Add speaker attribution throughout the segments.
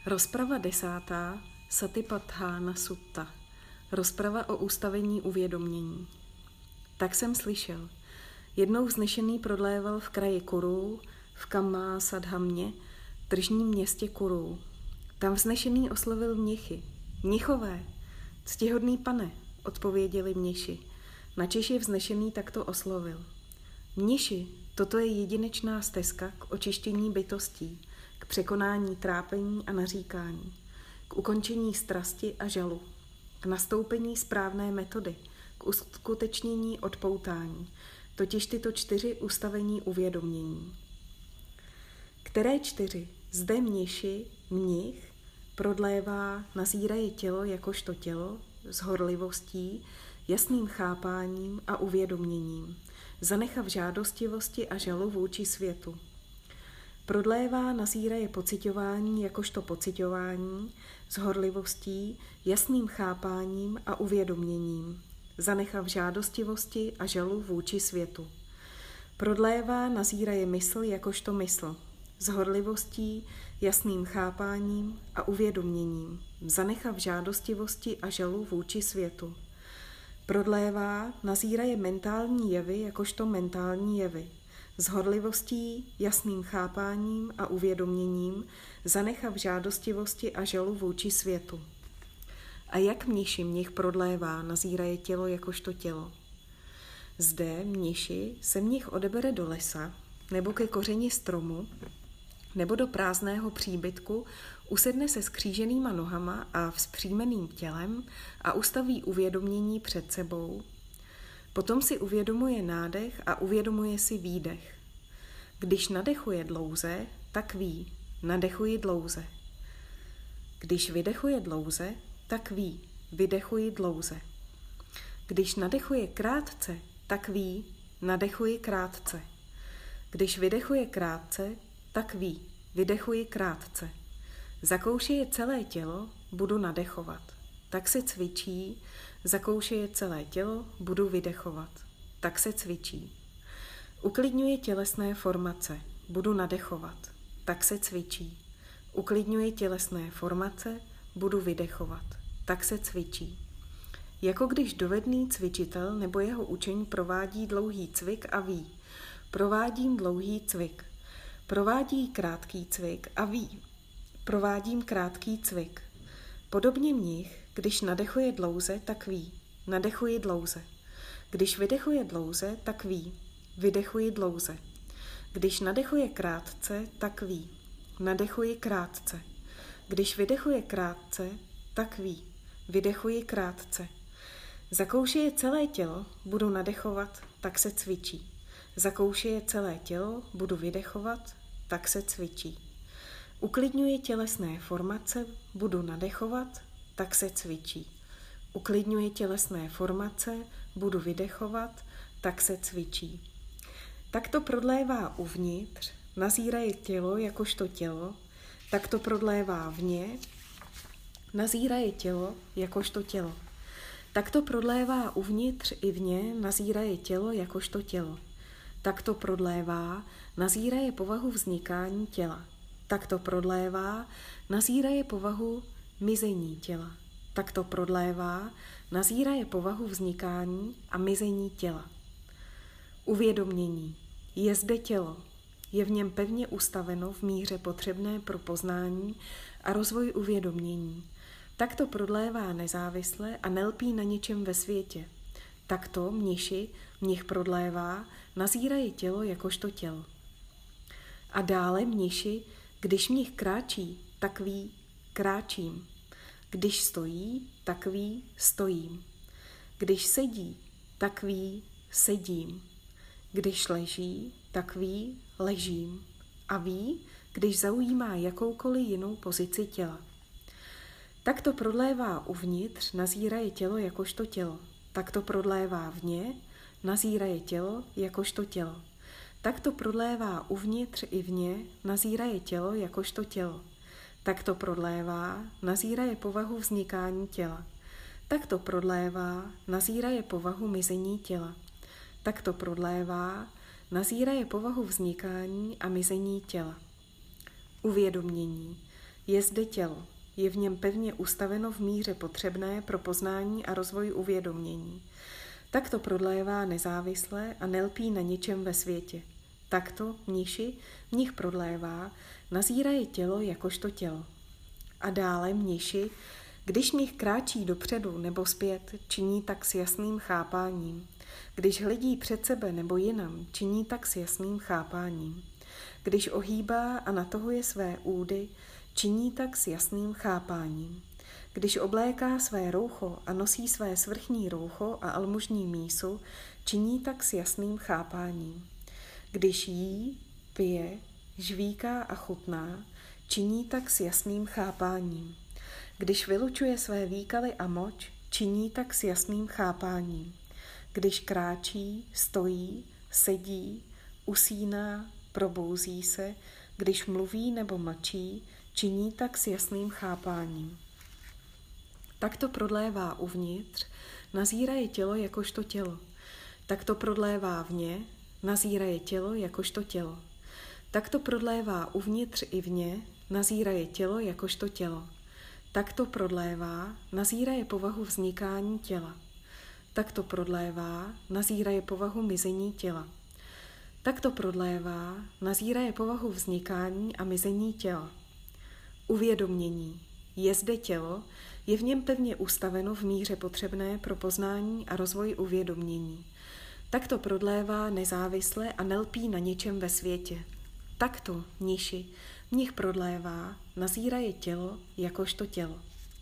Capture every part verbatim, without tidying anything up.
Speaker 1: Rozprava desátá, Satipatthana Sutta. Rozprava o ustavení uvědomění. Tak jsem slyšel. Jednou vznešený prodléval v kraji Kuru, v Kammasadhamě, tržním městě Kuru. Tam vznešený oslovil mnichy. Mnichové, ctihodný pane, odpověděli mniši. Načež je vznešený takto oslovil. Mniši, toto je jedinečná stezka k očištění bytostí, k překonání trápení a naříkání, k ukončení strasti a žalu, k nastoupení správné metody, k uskutečnění odpoutání, totiž tyto čtyři ustavení uvědomění. Které čtyři? Zde mniši, mnich, prodlévá, nazíraje tělo jakožto tělo, s horlivostí, jasným chápáním a uvědoměním, zanechav žádostivosti a žalu vůči světu. Prodlévá, nazíraje pociťování jakožto pociťování, s horlivostí, jasným chápáním a uvědoměním, zanechav žádostivosti a žalu vůči světu. Prodlévá, nazíraje mysl jakožto mysl, s horlivostí, jasným chápáním a uvědoměním, zanechav žádostivosti a žalu vůči světu. Prodlévá, nazíraje mentální jevy jakožto mentální jevy, s horlivostí, jasným chápáním a uvědoměním, zanechav žádostivosti a žalu vůči světu. A jak mniši mnich prodlévá, nazíraje tělo jakožto tělo? Zde mniši se mnich odebere do lesa, nebo ke kořeni stromu, nebo do prázdného příbytku, usedne se skříženýma nohama a vzpřímeným tělem a ustaví uvědomění před sebou. Potom si uvědomuje nádech a uvědomuje si výdech. Když nadechuje dlouze, tak ví, nadechuji dlouze. Když vydechuje dlouze, tak ví, vydechuji dlouze. Když nadechuje krátce, tak ví, nadechuji krátce. Když vydechuje krátce, tak ví, vydechuji krátce. Zakoušeje celé tělo, budu nadechovat. Tak se cvičí, zakoušeje celé tělo, budu vydechovat. Tak se cvičí. Uklidňuje tělesné formace, budu nadechovat. Tak se cvičí. Uklidňuje tělesné formace, budu vydechovat. Tak se cvičí. Jako když dovedný cvičitel nebo jeho učeň provádí dlouhý cvik a ví. Provádím dlouhý cvik. Provádí krátký cvik a ví. Provádím krátký cvik. Podobně mnich, když nadechuje dlouze, tak ví. Nadechuji dlouze. Když vydechuje dlouze, tak ví. Vydechuji dlouze. Když nadechuje krátce, tak ví. Nadechuji krátce. Když vydechuje krátce, tak ví. Vydechuji krátce. Zakoušeje celé tělo, budu nadechovat, tak se cvičí. Zakoušeje celé tělo, budu vydechovat, tak se cvičí. Uklidňuje tělesné formace, budu nadechovat, tak se cvičí. Uklidňuje tělesné formace, budu vydechovat, tak se cvičí. Takto prodlévá uvnitř, nazíraje tělo jakožto tělo, takto prodlévá vně, nazíraje tělo jakožto tělo. Takto prodlévá uvnitř i vně, nazíraje tělo jakožto tělo. Takto prodlévá, nazíraje povahu vznikání těla. Takto prodlévá, nazíraje povahu mizení těla. Takto prodlévá, nazíraje povahu vznikání a mizení těla. Uvědomění. Je zde tělo. Je v něm pevně ustaveno v míře potřebné pro poznání a rozvoj uvědomění. Takto prodlévá nezávisle a nelpí na ničem ve světě. Takto mniši, mnich prodlévá, nazíraje tělo jakožto tělo. A dále mniši, když mnich kráčí, tak ví, kráčím. Když stojí, tak ví, stojím. Když sedí, tak ví, sedím. Když leží, tak ví, ležím. A ví, když zaujímá jakoukoliv jinou pozici těla. Takto prodlévá uvnitř, nazíraje tělo jakožto tělo. Takto prodlévá vně, nazíraje tělo jakožto tělo. Takto prodlévá uvnitř i vně, nazíraje tělo jakožto tělo. Takto prodlévá, nazíraje povahu vznikání těla. Takto prodlévá, nazíraje povahu mizení těla. Takto prodlévá, nazíraje povahu vznikání a mizení těla. Uvědomění. Je zde tělo, je v něm pevně ustaveno v míře potřebné pro poznání a rozvoj uvědomění. Takto prodlévá nezávisle a nelpí na ničem ve světě. Takto mniši v nich prodlévá, nazíraje tělo jakožto tělo. A dále mniši, když mnich kráčí dopředu nebo zpět, činí tak s jasným chápáním. Když hledí před sebe nebo jinam, činí tak s jasným chápáním. Když ohýbá a natahuje své údy, činí tak s jasným chápáním. Když obléká své roucho a nosí své svrchní roucho a almužní mísu, činí tak s jasným chápáním. Když jí, pije, žvíká a chutná, činí tak s jasným chápáním. Když vylučuje své výkaly a moč, činí tak s jasným chápáním. Když kráčí, stojí, sedí, usíná, probouzí se, když mluví nebo mlčí, činí tak s jasným chápáním. Takto prodlévá uvnitř, nazíraje tělo jakožto tělo. Takto prodlévá vně, nazíraje tělo jakožto tělo. Takto prodlévá uvnitř i vně, nazíraje tělo jakožto tělo. Takto prodlévá, nazíraje povahu vznikání těla. Takto prodlévá, nazíraje povahu mizení těla. Takto prodlévá, nazíraje povahu vznikání a mizení těla. Uvědomění. Je zde tělo, je v něm pevně ustaveno v míře potřebné pro poznání a rozvoj uvědomění. Takto prodlévá nezávisle a nelpí na ničem ve světě. Takto, mniši, v nich prodlévá, nazíraje tělo jakožto tělo.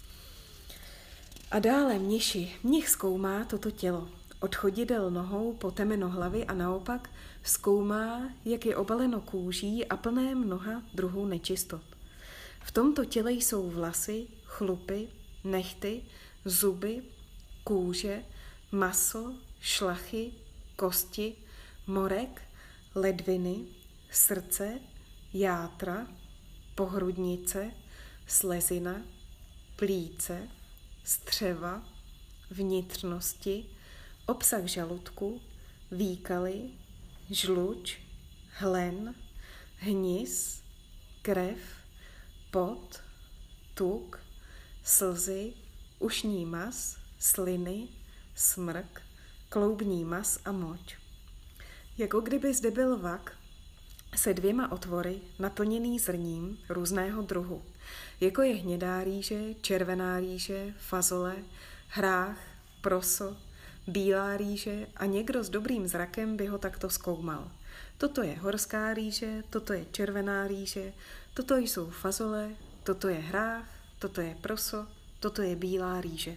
Speaker 1: A dále mniši, v nich zkoumá toto tělo. Od chodidel nohou po temeno hlavy a naopak zkoumá, jak je obaleno kůží a plné mnoha druhů nečistot. V tomto těle jsou vlasy, chlupy, nehty, zuby, kůže, maso, šlachy, kosti, morek, ledviny, srdce, játra, pohrudnice, slezina, plíce, střeva, vnitřnosti, obsah žaludku, výkaly, žluč, hlen, hnis, krev, pot, tuk, slzy, ušní mas, sliny, smrk, kloubní mas a moč. Jako kdyby zde byl vak se dvěma otvory naplněný zrním různého druhu, jako je hnědá rýže, červená rýže, fazole, hrách, proso, bílá rýže a někdo s dobrým zrakem by ho takto zkoumal. Toto je horská rýže, toto je červená rýže, toto jsou fazole, toto je hrách, toto je proso, toto je bílá rýže.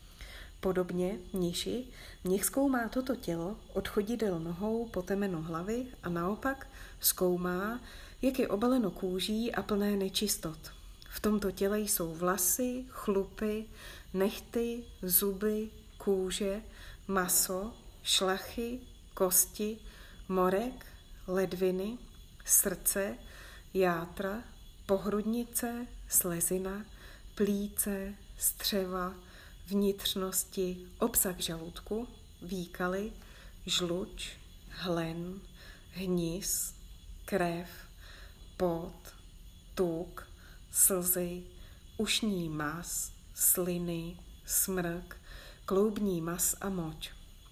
Speaker 1: Podobně mniši, v nich zkoumá toto tělo od chodidel nohou po temeno hlavy a naopak zkoumá, jak je obaleno kůží a plné nečistot. V tomto těle jsou vlasy, chlupy, nehty, zuby, kůže, maso, šlachy, kosti, morek, ledviny, srdce, játra, pohrudnice, slezina, plíce, střeva, vnitřnosti, obsah žaludku, výkaly, žluč, hlen, hnis, krev, pot, tuk, slzy, ušní mas, sliny, smrk, kloubní mas a moč.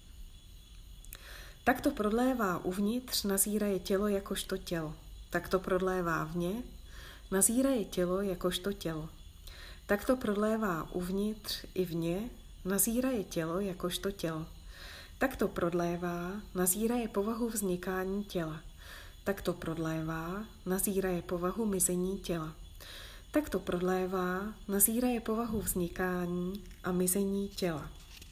Speaker 1: Takto prodlévá uvnitř, nazíraje tělo jakožto tělo. Takto prodlévá vně, nazíraje tělo jakožto tělo. Takto prodlévá uvnitř i vně, nazíraje tělo jakožto tělo. Takto prodlévá, nazíraje povahu vznikání těla. Takto prodlévá, nazíraje povahu mizení těla. Takto prodlévá, nazíraje povahu vznikání a mizení těla.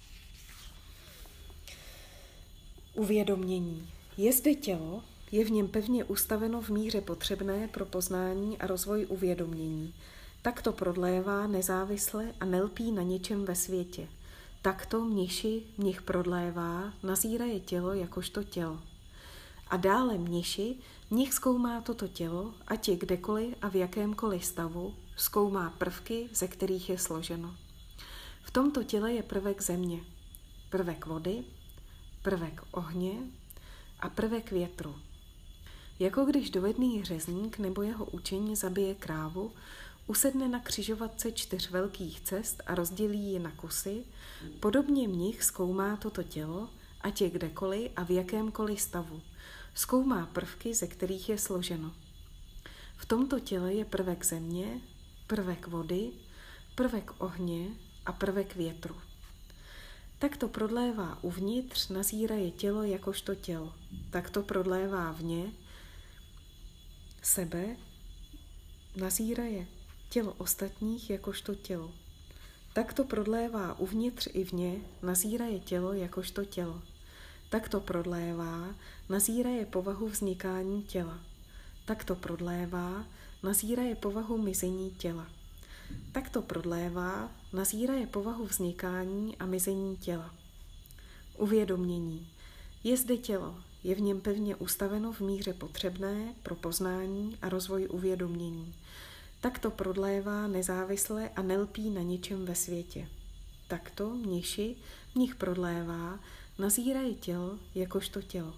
Speaker 1: Uvědomění. Je zde tělo, je v něm pevně ustaveno v míře potřebné pro poznání a rozvoj uvědomění. Takto prodlévá nezávisle a nelpí na ničem ve světě. Takto mniši v nich prodlévá, nazíraje tělo jakožto tělo. A dále mniši v nich zkoumá toto tělo, ať je kdekoliv a v jakémkoliv stavu, zkoumá prvky, ze kterých je složeno. V tomto těle je prvek země, prvek vody, prvek ohně a prvek větru. Jako když dovedný řezník nebo jeho učeň zabije krávu, usedne na křižovatce čtyř velkých cest a rozdělí ji na kusy, podobně mnich zkoumá toto tělo, ať je kdekoliv a v jakémkoliv stavu. Zkoumá prvky, ze kterých je složeno. V tomto těle je prvek země, prvek vody, prvek ohně a prvek větru. Tak to prodlévá uvnitř, nazíraje tělo jakožto tělo. Tak to prodlévá vně sebe, nazíraje tělo ostatních jakožto tělo. Tak to prodlévá uvnitř i vně, nazíraje tělo jakožto tělo. Tak to prodlévá, nazíraje povahu vznikání těla. Tak to prodlévá, nazíraje povahu mizení těla. Tak to prodlévá, nazíraje povahu vznikání a mizení těla. Uvědomění. Je zde tělo, je v něm pevně ustaveno v míře potřebné pro poznání a rozvoj uvědomění. Tak to prodlévá nezávisle a nelpí na ničem ve světě. Takto mniši v nich prodlévá, nazíraje tělo jakožto tělo.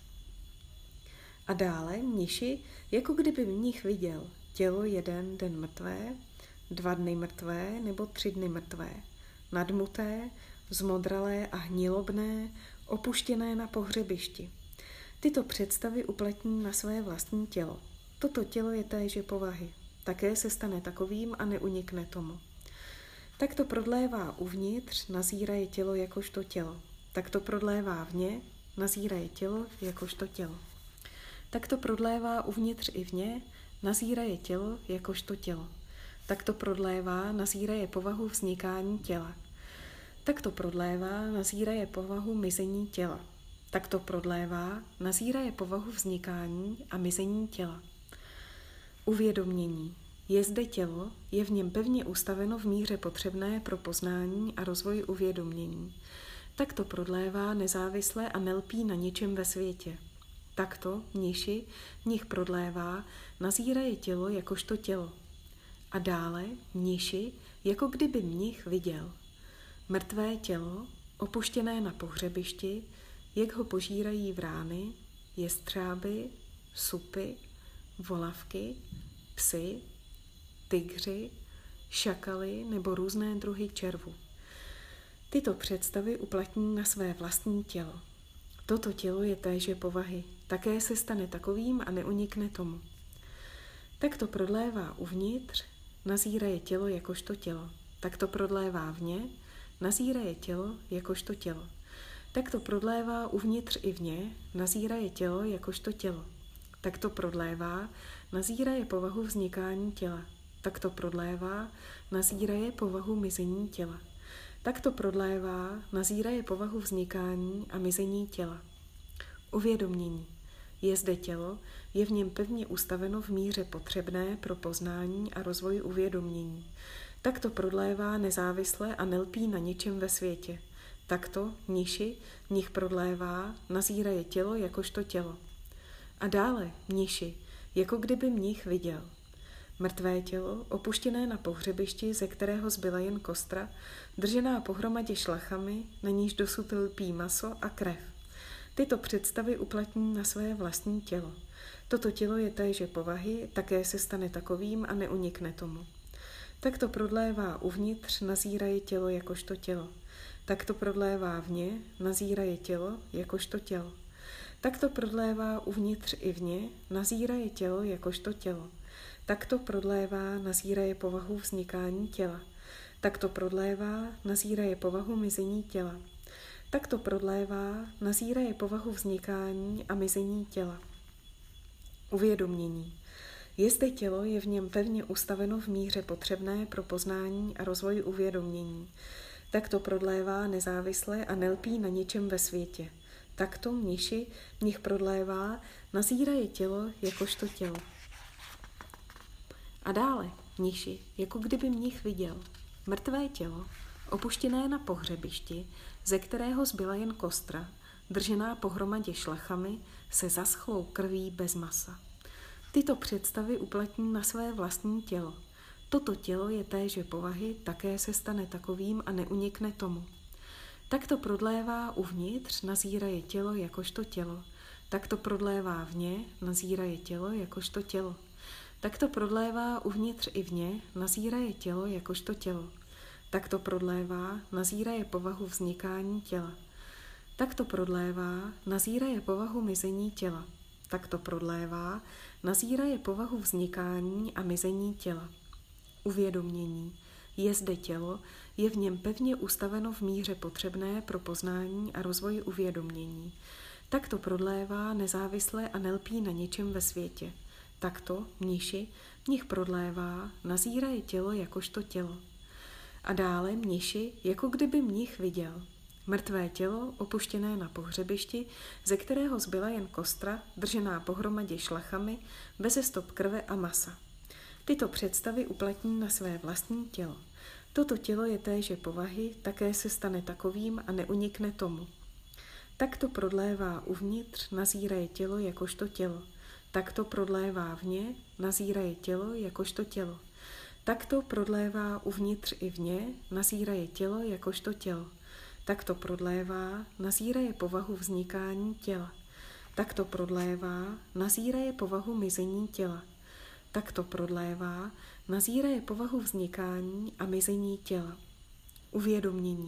Speaker 1: A dále mniši, jako kdyby mnich viděl tělo jeden den mrtvé, dva dny mrtvé nebo tři dny mrtvé, nadmuté, zmodralé a hnilobné, opuštěné na pohřebišti. Tyto představy uplatní na své vlastní tělo. Toto tělo je téže povahy. Také se stane takovým a neunikne tomu. Tak to prodlévá uvnitř, nazíraje tělo jakožto tělo. Tak to prodlévá vně, nazíraje tělo jakožto tělo. Tak to prodlévá uvnitř i vně, nazíraje tělo jakožto tělo. Tak to prodlévá, nazíraje povahu vznikání těla. Tak to prodlévá, nazíraje povahu mizení těla. Tak to prodlévá, nazíraje povahu vznikání a mizení těla. Uvědomění. Je zde tělo, je v něm pevně ustaveno v míře potřebné pro poznání a rozvoj uvědomění. Tak to prodlévá nezávisle a nelpí na ničem ve světě. Takto mniši v nich prodlévá, nazíraje tělo jakožto tělo. A dále mniši, jako kdyby mnich viděl mrtvé tělo, opuštěné na pohřebišti, jak ho požírají vrány, jestřáby, supy, volavky, psy, tygři, šakaly nebo různé druhy červů. Tyto představy uplatní na své vlastní tělo. Toto tělo je téže povahy, také se stane takovým a neunikne tomu. Tak to prodlévá uvnitř, nazíraje tělo jakožto tělo. Tak to prodlévá vně, nazíraje tělo jakožto tělo. Tak to prodlévá uvnitř i vně, nazíraje tělo jakožto tělo. Tak to prodlévá, nazíraje povahu vznikání těla. Tak to prodlévá, nazíraje povahu mizení těla. Tak to prodlévá, nazíraje povahu vznikání a mizení těla. Uvědomění. Je zde tělo, je v něm pevně ustaveno v míře potřebné pro poznání a rozvoj uvědomění. Tak to prodlévá nezávisle a nelpí na ničem ve světě. Takto mniši v nich prodlévá, nazíraje tělo jakožto tělo. A dále mniši, jako kdyby mnich viděl mrtvé tělo, opuštěné na pohřebišti, ze kterého zbyla jen kostra, držená pohromadě šlachami, na níž dosud lpí maso a krev. Tyto představy uplatní na své vlastní tělo. Toto tělo je téže povahy, také se stane takovým a neunikne tomu. Tak to prodlévá uvnitř, nazíraje tělo jakožto tělo. Tak to prodlévá vně, nazíraje tělo jakožto tělo. Tak to prodlévá uvnitř i vně, nazíraje tělo jakožto tělo. Tak to prodlévá, nazíraje povahu vznikání těla. Tak to prodlévá, nazíraje povahu mizení těla. Tak to prodlévá, nazíraje povahu vznikání a mizení těla. Uvědomění. Je zde tělo, je v něm pevně ustaveno v míře potřebné pro poznání a rozvoj uvědomění. Tak to prodlévá nezávisle a nelpí na ničem ve světě. Takto mniši v nich prodlévá, nazíraje tělo jakožto tělo. A dále mniši, jako kdyby mnich viděl mrtvé tělo, opuštěné na pohřebišti, ze kterého zbyla jen kostra, držená pohromadě šlachami, se zaschlou krví bez masa. Tyto představy uplatní na své vlastní tělo. Toto tělo je téže povahy, také se stane takovým a neunikne tomu. Tak to prodlévá uvnitř, nazíraje tělo jakožto tělo. Tak to prodlévá vně, nazíraje tělo jakožto tělo. takto prodlévá uvnitř i vně, nazíraje tělo jakožto tělo. Takto prodlévá, nazíraje povahu vznikání těla. Takto prodlévá, nazíraje povahu mizení těla. Takto prodlévá, nazíraje povahu vznikání a mizení těla. Uvědomění. Je zde tělo, je v něm pevně ustaveno v míře potřebné pro poznání a rozvoj uvědomění. Takto prodlévá nezávisle a nelpí na ničem ve světě. Takto, mniši, v nich prodlévá, nazíraje tělo jakožto tělo. A dále mniši, jako kdyby mnich viděl. Mrtvé tělo, opuštěné na pohřebišti, ze kterého zbyla jen kostra, držená pohromadě šlachami, beze stop krve a masa. Tyto představy uplatní na své vlastní tělo. Toto tělo je téže povahy, také se stane takovým a neunikne tomu. Takto prodlévá uvnitř, nazíraje tělo jakožto tělo. Takto prodlévá vně, nazíraje tělo jakožto tělo. Takto prodlévá uvnitř i vně, nazíraje tělo jakožto tělo. Takto prodlévá, nazíraje povahu vznikání těla. Takto prodlévá, nazíraje povahu mizení těla. Takto prodlévá, nazíraje povahu vznikání a mizení těla. Uvědomění.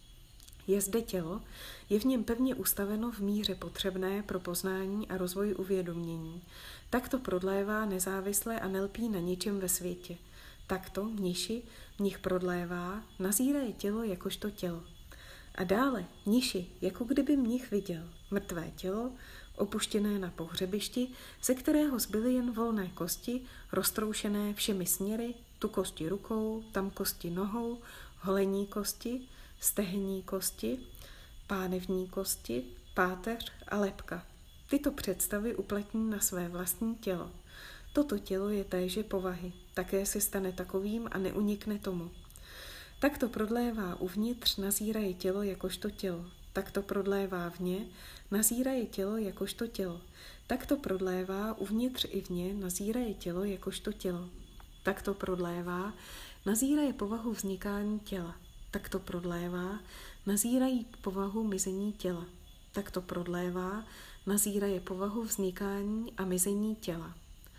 Speaker 1: Je zde tělo, je v něm pevně ustaveno v míře potřebné pro poznání a rozvoj uvědomění. Takto prodlévá nezávisle a nelpí na ničem ve světě. Takto, mniši, v nich prodlévá, nazíraje tělo jakožto tělo. A dále, mniši, jako kdyby mnich viděl mrtvé tělo, opuštěné na pohřebišti, ze kterého zbyly jen volné kosti, roztroušené všemi směry, tu kosti rukou, tam kosti nohou, holení kosti, stehenní kosti, pánevní kosti, páteř a lebka. Tyto představy uplatní na své vlastní tělo. Toto tělo je téže povahy, také se stane takovým a neunikne tomu. Takto prodlévá uvnitř, nazíraje tělo jakožto tělo. Takto prodlévá vně, nazíraje tělo jakožto tělo. Takto prodlévá uvnitř i vně, nazíraje tělo jakožto tělo. Takto prodlévá, nazíraje povahu vznikání těla. Takto prodlévá, nazírají povahu mizení těla. Takto prodlévá, nazíraje povahu vznikání a mizení těla.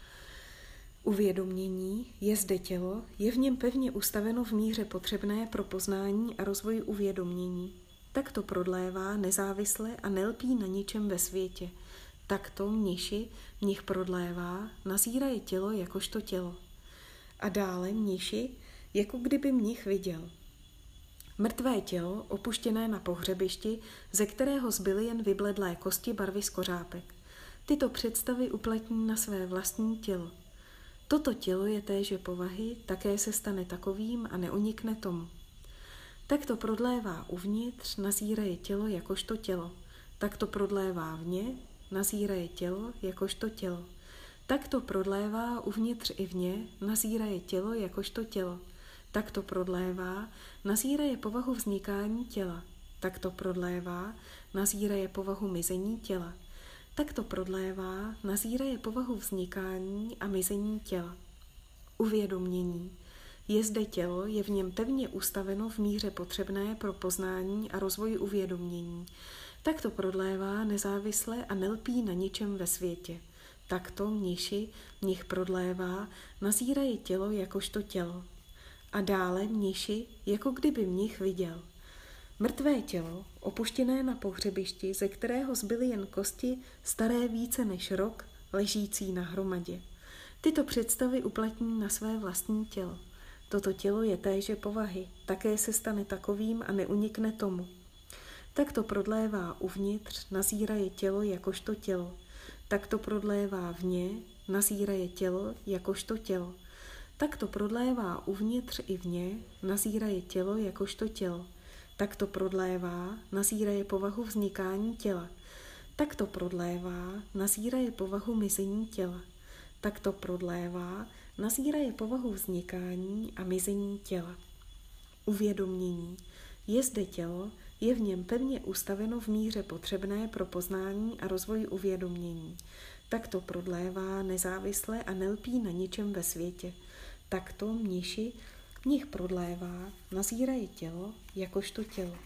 Speaker 1: Uvědomění. Je zde tělo, je v něm pevně ustaveno v míře potřebné pro poznání a rozvoj uvědomění. Takto prodlévá nezávisle a nelpí na ničem ve světě. Takto mniši, v nich prodlévá, nazíraje tělo jakožto tělo. A dále mniši, jako kdyby mnich viděl mrtvé tělo, opuštěné na pohřebišti, ze kterého zbyly jen vybledlé kosti barvy skořápek. Tyto představy uplatní na své vlastní tělo. Toto tělo je téže povahy, také se stane takovým a neunikne tomu. Takto prodlévá uvnitř, nazíraje tělo jakožto tělo. Takto prodlévá vně, nazíraje tělo jakožto tělo. Takto prodlévá uvnitř i vně, nazíraje tělo jakožto tělo. Takto prodlévá, nazíraje povahu vznikání těla. Takto prodlévá, nazíraje povahu mizení těla. Takto prodlévá, nazíraje povahu vznikání a mizení těla. Uvědomění. Je zde tělo, je v něm pevně ustaveno v míře potřebné pro poznání a rozvoj uvědomění. Takto prodlévá nezávisle a nelpí na ničem ve světě. Takto mniši, v nich prodlévá, nazíraje tělo jakožto tělo. A dále mniši, jako kdyby mnich viděl mrtvé tělo, opuštěné na pohřebišti, ze kterého zbyly jen kosti, staré více než rok, ležící na hromadě. Tyto představy uplatní na své vlastní tělo. Toto tělo je téže povahy, také se stane takovým a neunikne tomu. Takto prodlévá uvnitř, nazíraje tělo jakožto tělo. Takto prodlévá vně, nazíraje tělo jakožto tělo. Takto prodlévá uvnitř i vně, nazíraje tělo jakožto tělo. Takto prodlévá, nazíraje povahu vznikání těla. Takto prodlévá, nazíraje povahu mizení těla. Takto prodlévá, nazíraje povahu vznikání a mizení těla. Uvědomění. Je zde tělo, je v něm pevně ustaveno v míře potřebné pro poznání a rozvoj uvědomění. Takto prodlévá nezávisle a nelpí na ničem ve světě. Takto mniši, v nich prodlévá, nazíraje tělo jakožto tělo.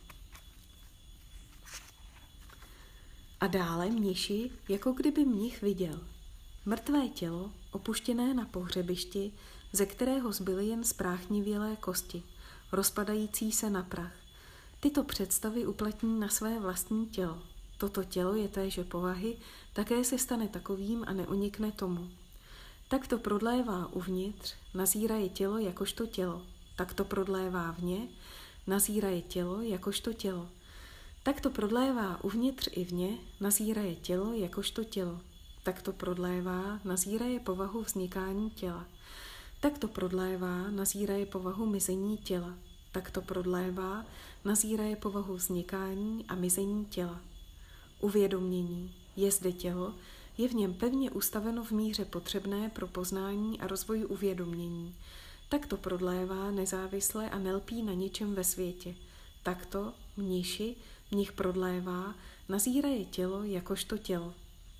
Speaker 1: A dále mniši, jako kdyby mnich viděl Mrtvé tělo, opuštěné na pohřebišti, ze kterého zbyly jen spráchnivělé kosti, rozpadající se na prach. Tyto představy uplatní na své vlastní tělo. Toto tělo je téže povahy, také se stane takovým a neunikne tomu. Tak to prodlévá uvnitř, nazíraje tělo jakožto tělo. Tak to prodlévá vně, nazíraje tělo jakožto tělo. Tak to prodlévá uvnitř i vně, nazíraje tělo jakožto tělo. Tak to prodlévá, nazíraje povahu vznikání těla. Tak to prodlévá, nazíraje povahu mizení těla. Tak to prodlévá, nazíraje povahu vznikání a mizení těla. Uvědomění je zde tělo, je v něm pevně ustaveno v míře potřebné pro poznání a rozvoj uvědomění. Takto prodlévá nezávisle a nelpí na ničem ve světě. Takto mniši, mnich prodlévá, nazíraje tělo jakožto tělo.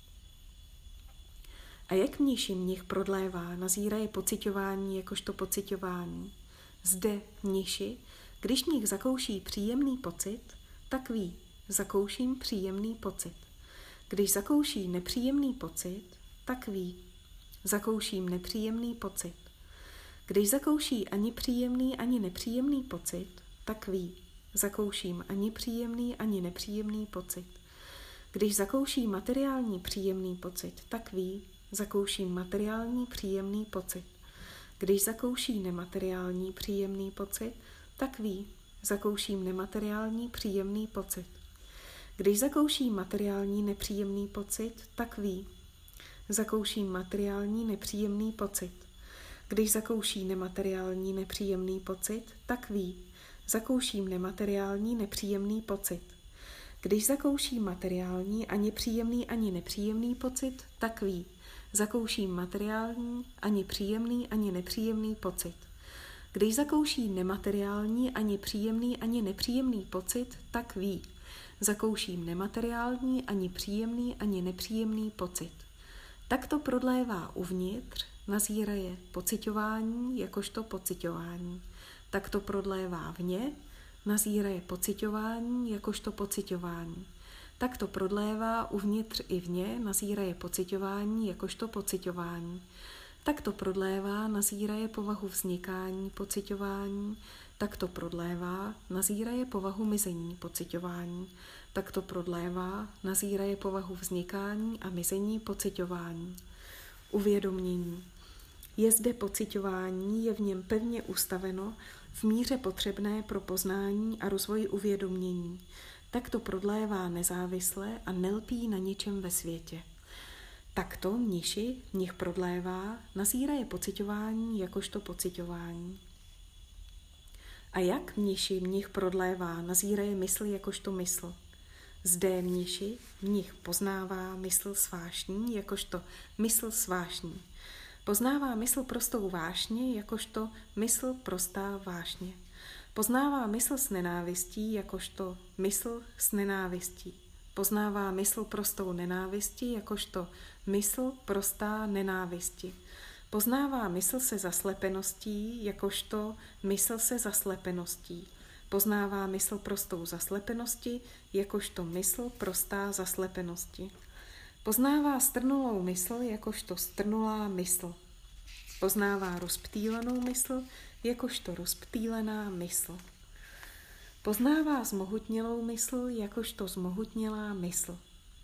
Speaker 1: A jak mniši mnich prodlévá, nazíraje pociťování jakožto pociťování. Zde mniši, když mnich zakouší příjemný pocit, tak ví, zakouším příjemný pocit. Když zakouší nepříjemný pocit, tak ví, zakouším nepříjemný pocit. Když zakouší ani příjemný, ani nepříjemný pocit, tak ví, zakouším ani příjemný, ani nepříjemný pocit. Když zakouší materiální příjemný pocit, tak ví, zakouším materiální příjemný pocit. Když zakouší nemateriální příjemný pocit, tak ví, zakouším nemateriální příjemný pocit. Když zakouší materiální nepříjemný pocit, tak ví, zakouším materiální nepříjemný pocit. Když zakouší nemateriální nepříjemný pocit, tak ví, zakouším nemateriální nepříjemný pocit. Když zakouší materiální ani příjemný, ani nepříjemný pocit, tak ví, zakouším materiální ani příjemný, ani nepříjemný pocit. Když zakouší nemateriální ani příjemný, ani nepříjemný pocit, tak ví, zakouším nemateriální ani příjemný, ani nepříjemný pocit. Takto prodlévá uvnitř, nazíraje pociťování jakožto pociťování. Takto prodlévá vně, nazíraje pociťování jakožto pociťování. Takto prodlévá uvnitř i vně, nazíraje pociťování jakožto pociťování. Takto prodlévá, nazíraje povahu vznikání pociťování. Takto prodlévá, nazíraje povahu mizení pociťování. Takto prodlévá, nazíraje povahu vznikání a mizení pociťování. Uvědomění. Je zde pociťování, je v něm pevně ustaveno v míře potřebné pro poznání a rozvoj uvědomění. Takto prodlévá nezávisle a nelpí na ničem ve světě. Takto mniši, mnich prodlévá, nazíraje pociťování jakožto pociťování. A jak mniši, mnich prodlévá, nazíraje mysl jakožto mysl. Zde mniši, mnich poznává mysl svášní jakožto mysl svášní. Poznává mysl prostou vášně jakožto mysl prostá vášně. Poznává mysl s nenávistí jakožto mysl s nenávistí. Poznává mysl prostou nenávisti jakožto mysl prostá nenávisti. Poznává mysl se zaslepeností jakožto mysl se zaslepeností. Poznává mysl prostou zaslepenosti jakožto mysl prostá zaslepenosti. Poznává strnulou mysl jakožto strnulá mysl. Poznává rozptýlenou mysl jakožto rozptýlená mysl. Poznává zmohutnělou mysl jakožto zmohutnělá mysl.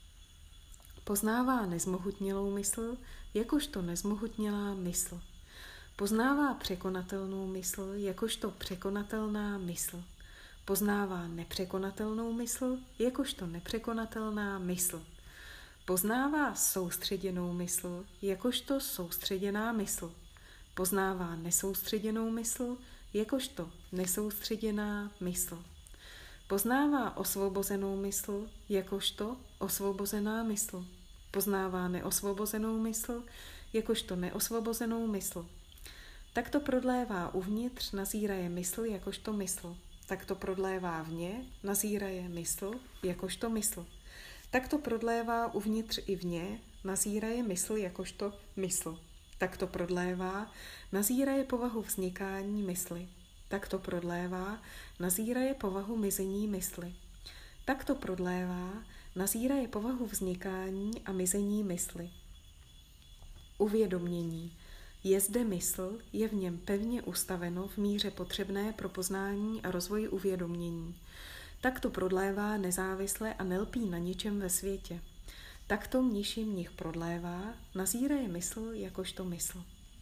Speaker 1: Poznává nezmohutnělou mysl jakožto nezmohutnělá mysl. Poznává překonatelnou mysl jakožto překonatelná mysl. Poznává nepřekonatelnou mysl jakožto nepřekonatelná mysl. Poznává soustředěnou mysl jakožto soustředěná mysl. Poznává nesoustředěnou mysl jakožto nesoustředěná mysl. Poznává osvobozenou mysl jakožto osvobozená mysl. Poznává neosvobozenou mysl jakožto neosvobozenou mysl. Takto prodlévá uvnitř, nazíraje mysl jakožto mysl. Takto prodlévá vně, nazíraje mysl jakožto mysl. Takto prodlévá uvnitř i vně, nazíraje mysl jakožto mysl. Takto prodlévá, nazíraje povahu vznikání mysli. Takto prodlévá, nazíraje povahu mizení mysli. Takto prodlévá, nazíraje povahu vznikání a mizení mysli. Uvědomění. Je zde mysl, je v něm pevně ustaveno v míře potřebné pro poznání a rozvoj uvědomění. Takto prodlévá nezávisle a nelpí na ničem ve světě. Takto mniši mnich prodlévá, nazíraje mysl jakožto mysl.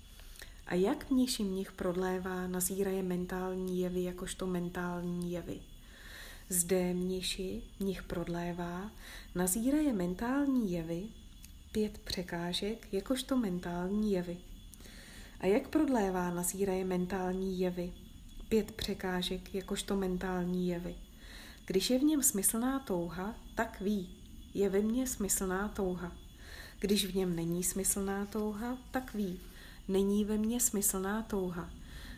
Speaker 1: A jak mniši mnich prodlévá, nazíraje mentální jevy jakožto mentální jevy. Zde mniši mnich prodlévá, nazíraje mentální jevy, pět překážek, jakožto mentální jevy. A jak prodlévá, nazíraje mentální jevy, pět překážek, jakožto mentální jevy. Když je v něm smyslná touha, tak ví, je ve mně smyslná touha. Když v něm není smyslná touha, tak ví, není ve mně smyslná touha.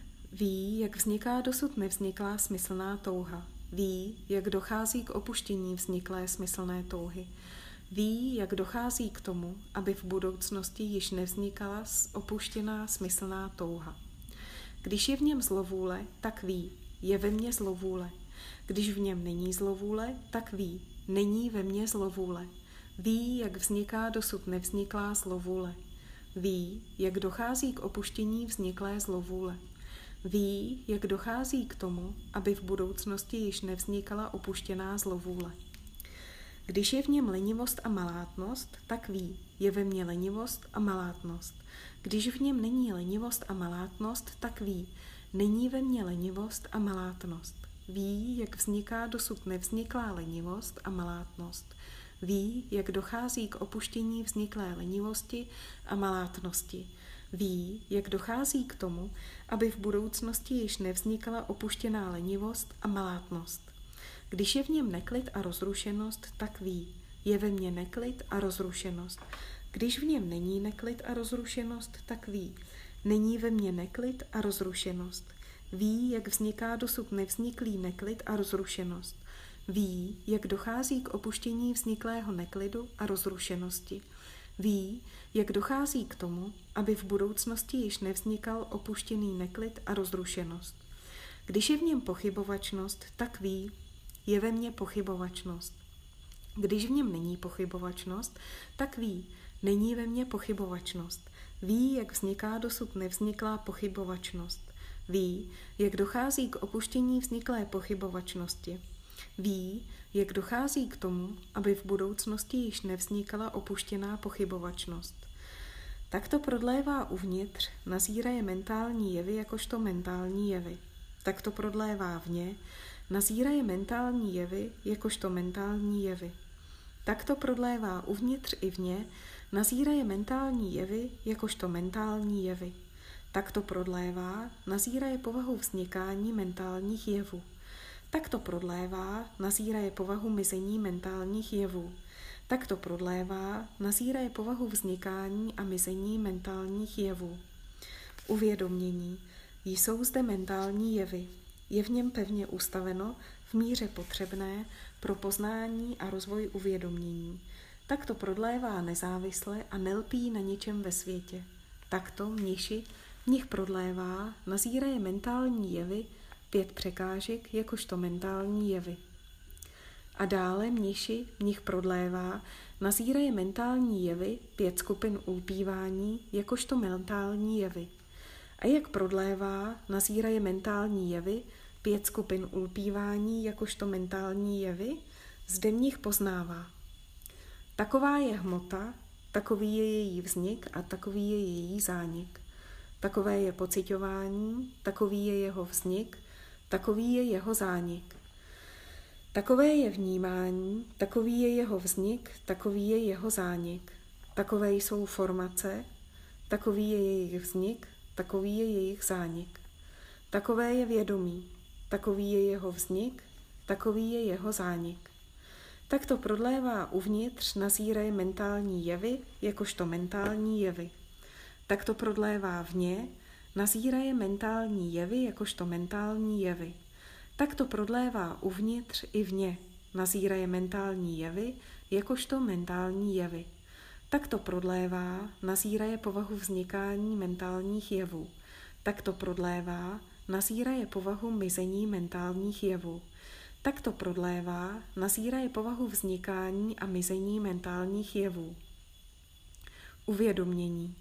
Speaker 1: Ví, jak vzniká dosud nevzniklá smyslná touha. Ví, jak dochází k opuštění vzniklé smyslné touhy. Ví, jak dochází k tomu, aby v budoucnosti již nevznikala opuštěná smyslná touha. Když je v něm zlovůle, tak ví, je ve mně zlovůle. Když v něm není zlovůle, tak ví, není ve mně zlovůle. Ví, jak vzniká dosud nevzniklá zlovůle. Ví, jak dochází k opuštění vzniklé zlovůle. Ví, jak dochází k tomu, aby v budoucnosti již nevznikala opuštěná zlovůle. Když je v něm lenivost a malátnost, tak ví, je ve mně lenivost a malátnost. Když v něm není lenivost a malátnost, tak ví, není ve mně lenivost a malátnost. Ví, jak vzniká dosud nevzniklá lenivost a malátnost. Ví, jak dochází k opuštění vzniklé lenivosti a malátnosti. Ví, jak dochází k tomu, aby v budoucnosti již nevznikala opuštěná lenivost a malátnost. Když je v něm neklid a rozrušenost, tak ví, je ve mně neklid a rozrušenost. Když v něm není neklid a rozrušenost, tak ví, není ve mně neklid a rozrušenost. Ví, jak vzniká dosud nevzniklý neklid a rozrušenost. Ví, jak dochází k opuštění vzniklého neklidu a rozrušenosti. Ví, jak dochází k tomu, aby v budoucnosti již nevznikal opuštěný neklid a rozrušenost. Když je v něm pochybovačnost, tak ví, je ve mně pochybovačnost. Když v něm není pochybovačnost, tak ví, není ve mně pochybovačnost. Ví, jak vzniká dosud nevzniklá pochybovačnost. Ví, jak dochází k opuštění vzniklé pochybovačnosti. Ví, jak dochází k tomu, aby v budoucnosti již nevznikala opuštěná pochybovačnost. Takto prodlévá uvnitř, nazíraje mentální jevy jakožto mentální jevy. Takto prodlévá vně, nazíraje mentální jevy jakožto mentální jevy. Takto prodlévá uvnitř i vně, nazíraje mentální jevy jakožto mentální jevy. Takto prodlévá, nazíraje povahu vznikání mentálních jevů. Takto prodlévá, nazíraje povahu mizení mentálních jevů. Takto prodlévá, nazíraje povahu vznikání a mizení mentálních jevů. Uvědomění. Jsou zde mentální jevy. Je v něm pevně ustaveno v míře potřebné pro poznání a rozvoj uvědomění. Takto prodlévá nezávisle a nelpí na ničem ve světě. Takto mniši v nich prodlévá, nazíraje mentální jevy, pět překážek, jakožto mentální jevy. A dále mniši v nich prodlévá, nazíraje mentální jevy, pět skupin ulpívání, jakožto mentální jevy. A jak prodlévá, nazíraje mentální jevy, pět skupin ulpívání, jakožto mentální jevy, zde v nich poznává. Taková je hmota, takový je její vznik a takový je její zánik. Takové je pociťování, takový je jeho vznik, takový je jeho zánik. Takové je vnímání, takový je jeho vznik, takový je jeho zánik. Takové jsou formace, takový je jejich vznik, takový je jejich zánik. Takové je vědomí, takový je jeho vznik, takový je jeho zánik. Takto prodlévá uvnitř, nazíraje mentální jevy, jakožto mentální jevy. Takto prodlévá vně, nazíraje mentální jevy, jakožto mentální jevy. Takto prodlévá uvnitř i vně, nazíraje mentální jevy, jakožto mentální jevy. Takto prodlévá, nazíraje povahu vznikání mentálních jevů. Takto prodlévá, nazíraje povahu mizení mentálních jevů. Takto prodlévá, nazíraje povahu vznikání a mizení mentálních jevů. Uvědomění.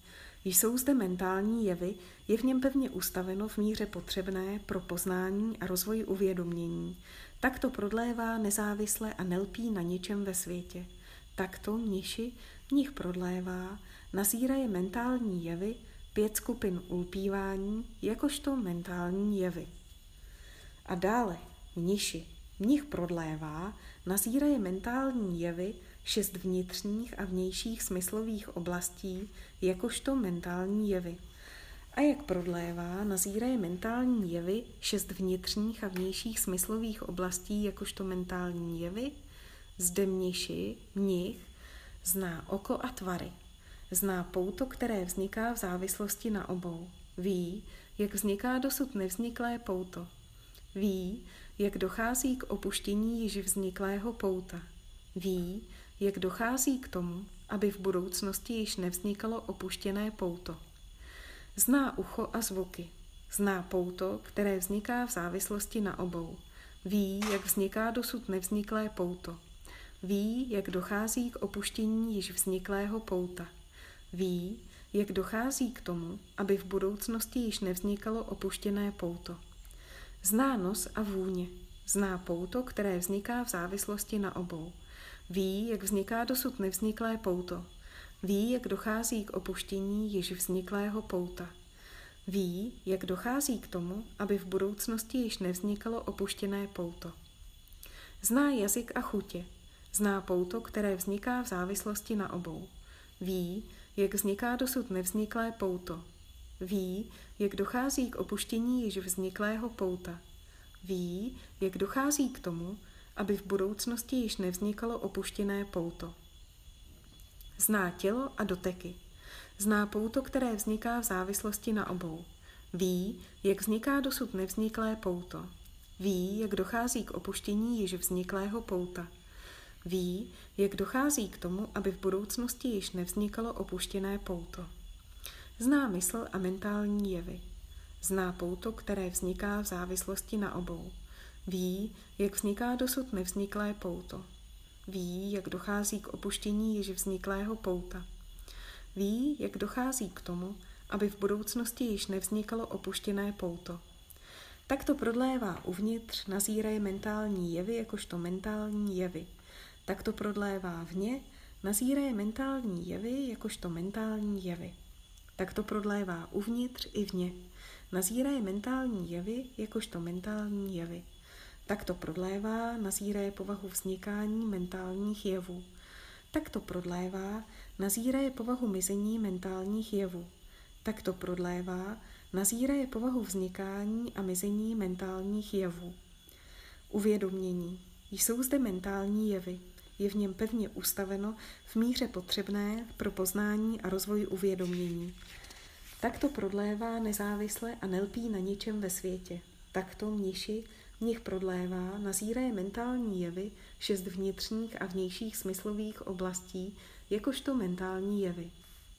Speaker 1: Jsou zde mentální jevy, je v něm pevně ustaveno v míře potřebné pro poznání a rozvoj uvědomění. Takto prodlévá nezávisle a nelpí na ničem ve světě. Takto mniši v nich prodlévá, nazíraje mentální jevy, pět skupin ulpívání, jakožto mentální jevy. A dále mniši v nich prodlévá, nazíraje mentální jevy, šest vnitřních a vnějších smyslových oblastí, jakožto mentální jevy. A jak prodlévá, nazíraje mentální jevy, šest vnitřních a vnějších smyslových oblastí, jakožto mentální jevy, zde mniši, mnich, zná oko a tvary. Zná pouto, které vzniká v závislosti na obou. Ví, jak vzniká dosud nevzniklé pouto. Ví, jak dochází k opuštění již vzniklého pouta. Ví, jak dochází k tomu, aby v budoucnosti již nevznikalo opuštěné pouto. Zná ucho a zvuky. Zná pouto, které vzniká v závislosti na obou. Ví, jak vzniká dosud nevzniklé pouto. Ví, jak dochází k opuštění již vzniklého pouta. Ví, jak dochází k tomu, aby v budoucnosti již nevznikalo opuštěné pouto. Zná nos a vůně. Zná pouto, které vzniká v závislosti na obou. Ví, jak vzniká dosud nevzniklé pouto. Ví, jak dochází k opuštění již vzniklého pouta. Ví, jak dochází k tomu, aby v budoucnosti již nevznikalo opuštěné pouto. Zná jazyk a chutě. Zná pouto, které vzniká v závislosti na obou. Ví, jak vzniká dosud nevzniklé pouto. Ví, jak dochází k opuštění již vzniklého pouta. Ví, jak dochází k tomu, aby v budoucnosti již nevznikalo opuštěné pouto. Zná tělo a doteky. Zná pouto, které vzniká v závislosti na obou. Ví, jak vzniká dosud nevzniklé pouto. Ví, jak dochází k opuštění již vzniklého pouta. Ví, jak dochází k tomu, aby v budoucnosti již nevznikalo opuštěné pouto. Zná mysl a mentální jevy. Zná pouto, které vzniká v závislosti na obou. Ví, jak vzniká dosud nevzniklé pouto. Ví, jak dochází k opuštění již vzniklého pouta. Ví, jak dochází k tomu, aby v budoucnosti již nevznikalo opuštěné pouto. Takto prodlévá uvnitř, nazíraje mentální jevy jakožto mentální jevy. Takto prodlévá vně, nazíraje mentální jevy jakožto mentální jevy. Takto prodlévá uvnitř i vně, nazíraje mentální jevy jakožto mentální jevy. Takto prodlévá, nazíraje povahu vznikání mentálních jevů. Takto prodlévá, nazíraje povahu mizení mentálních jevů. Takto prodlévá, nazíraje povahu vznikání a mizení mentálních jevů. Uvědomění. Jsou zde mentální jevy. Je v něm pevně ustaveno v míře potřebné pro poznání a rozvoj uvědomění. Takto prodlévá nezávisle a nelpí na ničem ve světě. Takto mniši v nich prodlévá, nazíraje mentální jevy, šest vnitřních a vnějších smyslových oblastí, jakožto mentální jevy.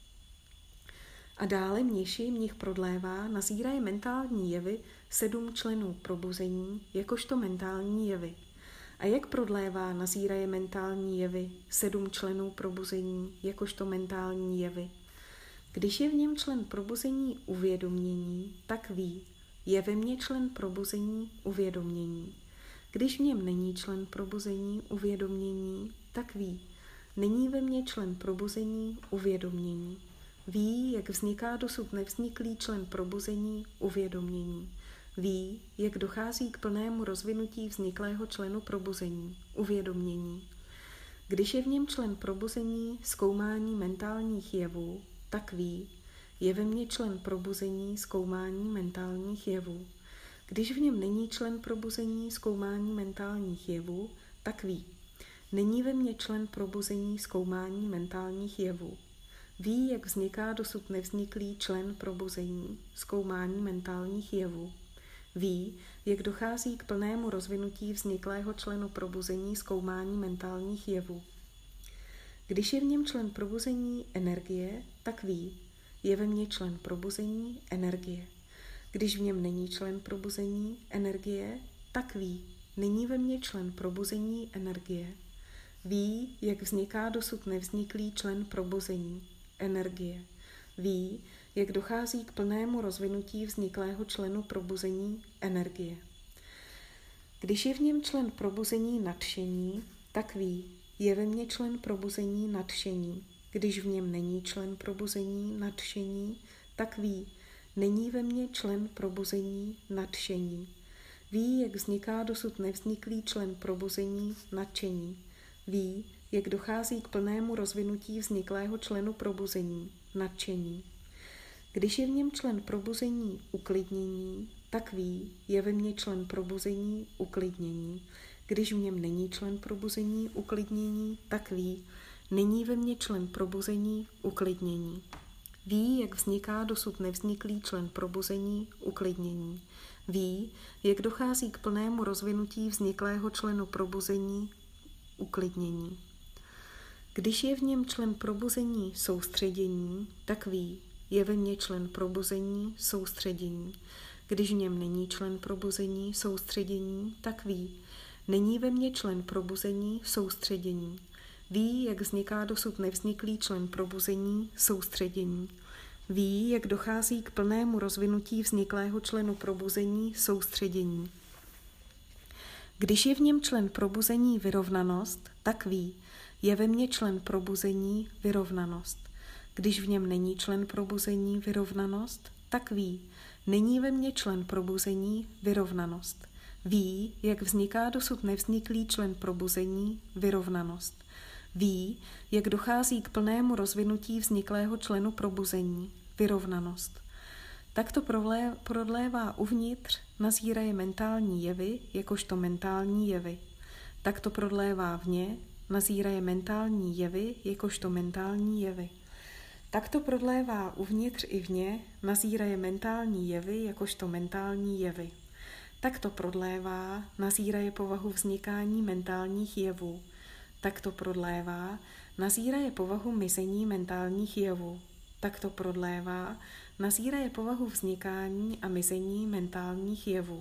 Speaker 1: A dále mniši v nich prodlévá, nazíraje mentální jevy, sedm členů probuzení, jakožto mentální jevy. A jak prodlévá, nazíraje mentální jevy, sedm členů probuzení, jakožto mentální jevy. Když je v něm člen probuzení uvědomění, tak ví, je ve mně člen probuzení uvědomění. Když v něm není člen probuzení uvědomění, tak ví, není ve mně člen probuzení uvědomění. Ví, jak vzniká dosud nevzniklý člen probuzení uvědomění. Ví, jak dochází k plnému rozvinutí vzniklého členu probuzení uvědomění. Když je v něm člen probuzení zkoumání mentálních jevů, tak ví, je ve mně člen probuzení zkoumání mentálních jevů. Když v něm není člen probuzení zkoumání mentálních jevů, tak ví, není ve mně člen probuzení zkoumání mentálních jevů. Ví, jak vzniká dosud nevzniklý člen probuzení zkoumání mentálních jevů. Ví, jak dochází k plnému rozvinutí vzniklého členu probuzení zkoumání mentálních jevů. Když je v něm člen probuzení energie, tak ví, je ve mně člen probuzení energie. Když v něm není člen probuzení energie, tak ví, není ve mně člen probuzení energie. Ví, jak vzniká dosud nevzniklý člen probuzení energie. Ví, jak dochází k plnému rozvinutí vzniklého členu probuzení energie. Když je v něm člen probuzení nadšení, tak ví, je ve mně člen probuzení nadšení. Když v něm není člen probuzení nadšení, tak ví, není ve mně člen probuzení nadšení. Ví, jak vzniká dosud nevzniklý člen probuzení nadšení. Ví, jak dochází k plnému rozvinutí vzniklého členu probuzení nadšení. Když je v něm člen probuzení uklidnění, tak ví, je ve mně člen probuzení uklidnění. Když v něm není člen probuzení uklidnění, tak ví, není ve mně člen probuzení uklidnění. Ví, jak vzniká dosud nevzniklý člen probuzení uklidnění. Ví, jak dochází k plnému rozvinutí vzniklého členu probuzení uklidnění. Když je v něm člen probuzení soustředění, tak ví, je ve mně člen probuzení soustředění. Když v něm není člen probuzení soustředění, tak ví, není ve mně člen probuzení soustředění. Ví, jak vzniká dosud nevzniklý člen probuzení soustředění. Ví, jak dochází k plnému rozvinutí vzniklého členu probuzení soustředění. Když je v něm člen probuzení vyrovnanost, tak ví, je ve mně člen probuzení vyrovnanost. Když v něm není člen probuzení vyrovnanost, tak ví, není ve mně člen probuzení vyrovnanost. Ví, jak vzniká dosud nevzniklý člen probuzení vyrovnanost. Ví, jak dochází k plnému rozvinutí vzniklého členu probuzení vyrovnanost. Takto prodlévá uvnitř, nazíraje mentální jevy, jakožto mentální jevy. Takto prodlévá vně, nazíraje mentální jevy, jakožto mentální jevy. Takto prodlévá uvnitř i vně, nazíraje mentální jevy, jakožto mentální jevy. Takto prodlévá, nazíraje povahu vznikání mentálních jevů. Takto prodlévá, nazíraje povahu mizení mentálních jevů. Takto prodlévá, nazíraje povahu vznikání a mizení mentálních jevů.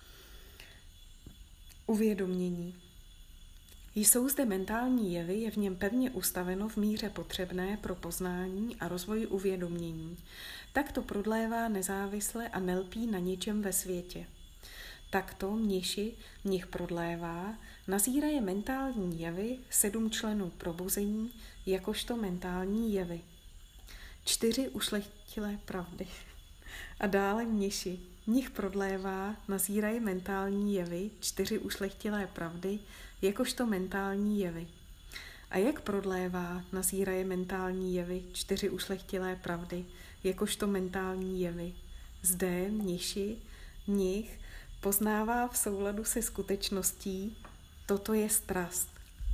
Speaker 1: Uvědomění. Jsou zde mentální jevy, je v něm pevně ustaveno v míře potřebné pro poznání a rozvoj uvědomění. Takto prodlévá nezávisle a nelpí na ničem ve světě. Takto mniši v nich prodlévá, nazíraje mentální jevy sedm členů probuzení, jakožto mentální jevy. Čtyři ušlechtilé pravdy. A dále mniši v nich prodlévá, nazíraje mentální jevy, čtyři ušlechtilé pravdy, jakožto mentální jevy. A jak prodlévá, nazíraje mentální jevy, čtyři ušlechtilé pravdy, jakožto mentální jevy. Zde mniši v nich poznává v souladu se skutečností, toto je strast.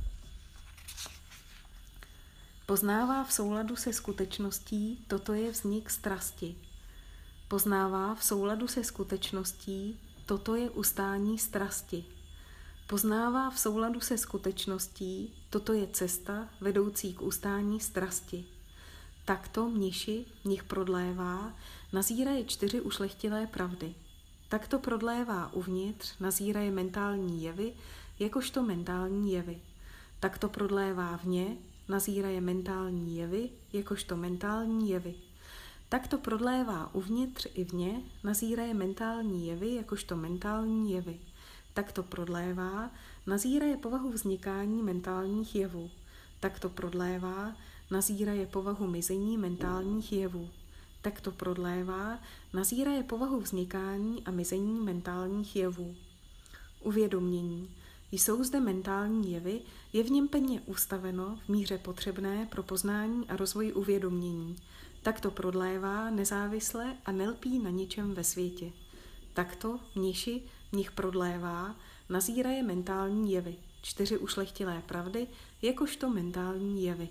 Speaker 1: Poznává v souladu se skutečností, toto je vznik strasti. Poznává v souladu se skutečností, toto je ustání strasti. Poznává v souladu se skutečností, toto je cesta vedoucí k ustání strasti. Takto mniši v nich prodlévá, nazíraje čtyři ušlechtilé pravdy. Takto prodlévá uvnitř, nazíraje mentální jevy, jakožto mentální jevy. Takto prodlévá vně, nazíraje mentální jevy, jakožto mentální jevy. Takto prodlévá uvnitř i vně, nazíraje mentální jevy, jakožto mentální jevy. Takto prodlévá, nazíraje povahu vznikání mentálních jevů. Takto prodlévá, nazíraje povahu mizení mentálních jevů. Takto prodlévá, nazíraje povahu vznikání a mizení mentálních jevů. Uvědomění. Jsou zde mentální jevy, je v něm pevně ustaveno v míře potřebné pro poznání a rozvoj uvědomění. Takto prodlévá nezávisle a nelpí na ničem ve světě. Takto mniši v nich prodlévá, nazíraje mentální jevy, čtyři ušlechtilé pravdy, jakožto mentální jevy.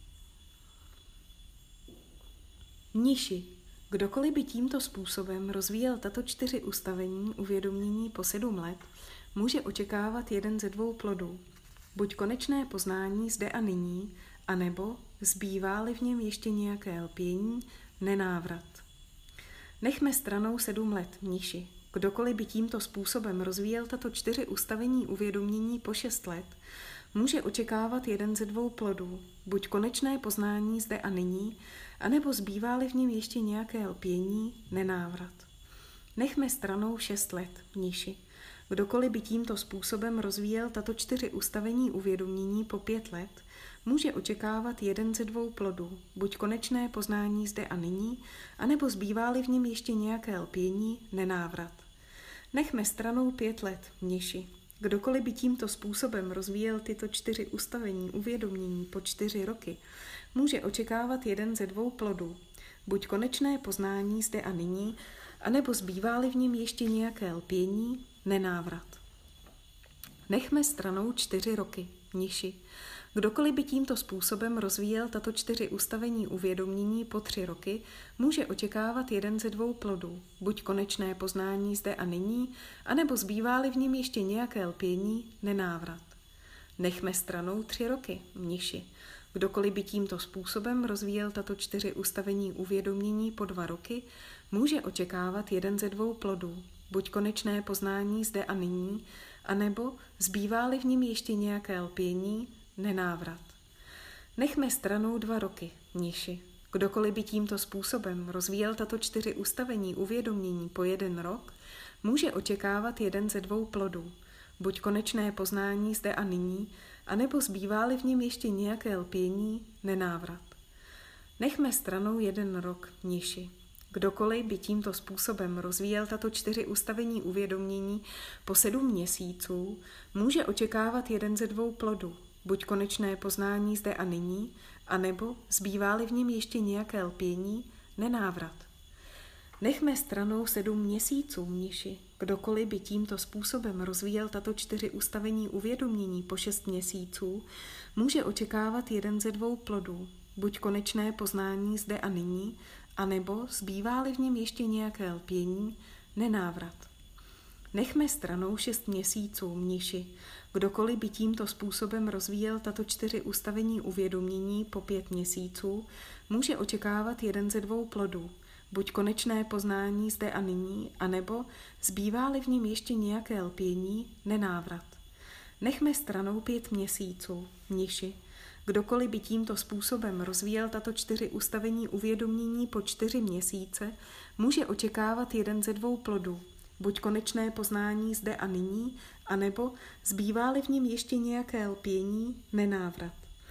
Speaker 1: Mniši, kdokoliv by tímto způsobem rozvíjel tato čtyři ustavení uvědomění po sedm let, může očekávat jeden ze dvou plodů. Buď konečné poznání zde a nyní, anebo, zbývá-li v něm ještě nějaké lpění, nenávrat. Nechme stranou sedm let, mniši. Kdokoliv by tímto způsobem rozvíjel tato čtyři ustavení uvědomění po šest let, může očekávat jeden ze dvou plodů. Buď konečné poznání zde a nyní, anebo zbývá-li v něm ještě nějaké lpění, nenávrat. Nechme stranou šest let, mniši. Kdokoliv by tímto způsobem rozvíjel tato čtyři ustavení uvědomění po pět let, může očekávat jeden ze dvou plodů, buď konečné poznání zde a nyní, anebo zbývá-li v něm ještě nějaké lpění, nenávrat. Nechme stranou pět let, mniši. Kdokoliv by tímto způsobem rozvíjel tyto čtyři ustavení uvědomění po čtyři roky, může očekávat jeden ze dvou plodů, buď konečné poznání zde a nyní, anebo zbývá-li v něm ještě nějaké lpění, nenávrat. Nechme stranou čtyři roky, mniši. Kdokoliv by tímto způsobem rozvíjel tato čtyři ustavení uvědomění po tři roky, může očekávat jeden ze dvou plodů, buď konečné poznání zde a nyní, anebo zbývá-li v něm ještě nějaké lpění, nenávrat. Nechme stranou tři roky, mniši. Kdokoliv by tímto způsobem rozvíjel tato čtyři ustavení uvědomění po dva roky, může očekávat jeden ze dvou plodů, buď konečné poznání zde a nyní, anebo zbývá-li v něm ještě nějaké lpění, nenávrat. Nechme stranou dva roky, mniši. Kdokoliv by tímto způsobem rozvíjel tato čtyři ustavení uvědomění po jeden rok, může očekávat jeden ze dvou plodů, buď konečné poznání zde a nyní, anebo zbývá-li v něm ještě nějaké lpění, nenávrat. Nechme stranou jeden rok, mniši. Kdokoliv by tímto způsobem rozvíjel tato čtyři ustavení uvědomění po sedm měsíců, může očekávat jeden ze dvou plodů, buď konečné poznání zde a nyní, anebo zbývá-li v něm ještě nějaké lpění, nenávrat. Nechme stranou sedm měsíců, mniši. Kdokoliv by tímto způsobem rozvíjel tato čtyři ustavení uvědomění po šest měsíců, může očekávat jeden ze dvou plodů, buď konečné poznání zde a nyní, anebo zbývá-li v něm ještě nějaké lpění, nenávrat. Nechme stranou šest měsíců, mniši. Kdokoliv by tímto způsobem rozvíjel tato čtyři ustavení uvědomění po pět měsíců, může očekávat jeden ze dvou plodů, buď konečné poznání zde a nyní, anebo zbývá-li v něm ještě nějaké lpění, nenávrat. Nechme stranou pět měsíců, mniši. Kdokoliv by tímto způsobem rozvíjel tato čtyři ustavení uvědomění po čtyři měsíce, může očekávat jeden ze dvou plodů, buď konečné poznání zde a nyní, anebo zbývá-li v něm ještě nějaké lpění, nenávrat.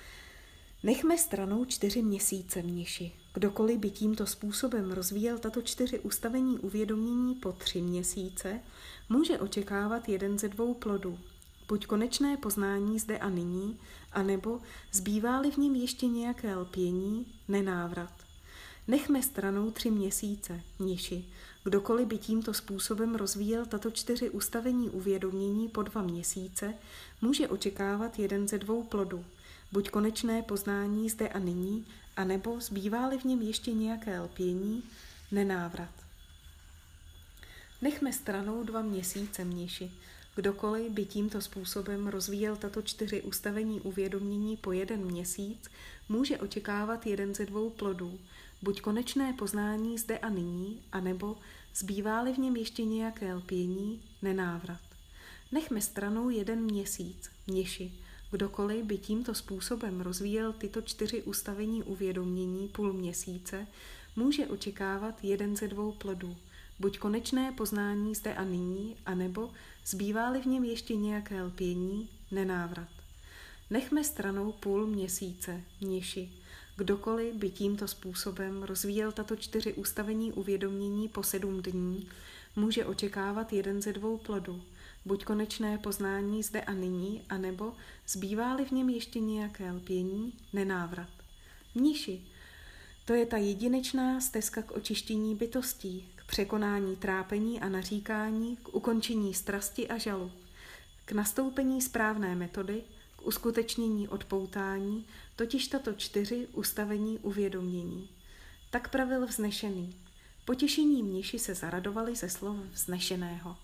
Speaker 1: Nechme stranou čtyři měsíce, mniši. Kdokoliv by tímto způsobem rozvíjel tato čtyři ustavení uvědomění po tři měsíce, může očekávat jeden ze dvou plodů, buď konečné poznání zde a nyní, anebo zbývá-li v něm ještě nějaké lpění, nenávrat. Nechme stranou tři měsíce, mniši. Kdokoliv by tímto způsobem rozvíjel tato čtyři ustavení uvědomění po dva měsíce, může očekávat jeden ze dvou plodů, buď konečné poznání zde a nyní, anebo zbývá-li v něm ještě nějaké lpění, nenávrat. Nechme stranou dva měsíce, mniši. Kdokoliv by tímto způsobem rozvíjel tato čtyři ustavení uvědomění po jeden měsíc, může očekávat jeden ze dvou plodů, buď konečné poznání zde a nyní, anebo zbývá-li v něm ještě nějaké lpění, nenávrat. Nechme stranou jeden měsíc, mniši. Kdokoliv by tímto způsobem rozvíjel tyto čtyři ustavení uvědomění půl měsíce, může očekávat jeden ze dvou plodů, buď konečné poznání zde a nyní, anebo zbývá-li v něm ještě nějaké lpění, nenávrat. Nechme stranou půl měsíce, mniši. Kdokoliv by tímto způsobem rozvíjel tato čtyři ustavení uvědomění po sedm dní, může očekávat jeden ze dvou plodů, buď konečné poznání zde a nyní, anebo zbývá-li v něm ještě nějaké lpění, nenávrat. Mniši, to je ta jedinečná stezka k očištění bytostí, k překonání trápení a naříkání, k ukončení strasti a žalu, k nastoupení správné metody, k uskutečnění odpoutání, totiž tato čtyři ustavení uvědomění. Tak pravil vznešený. Potěšení mniši se zaradovali ze slov vznešeného.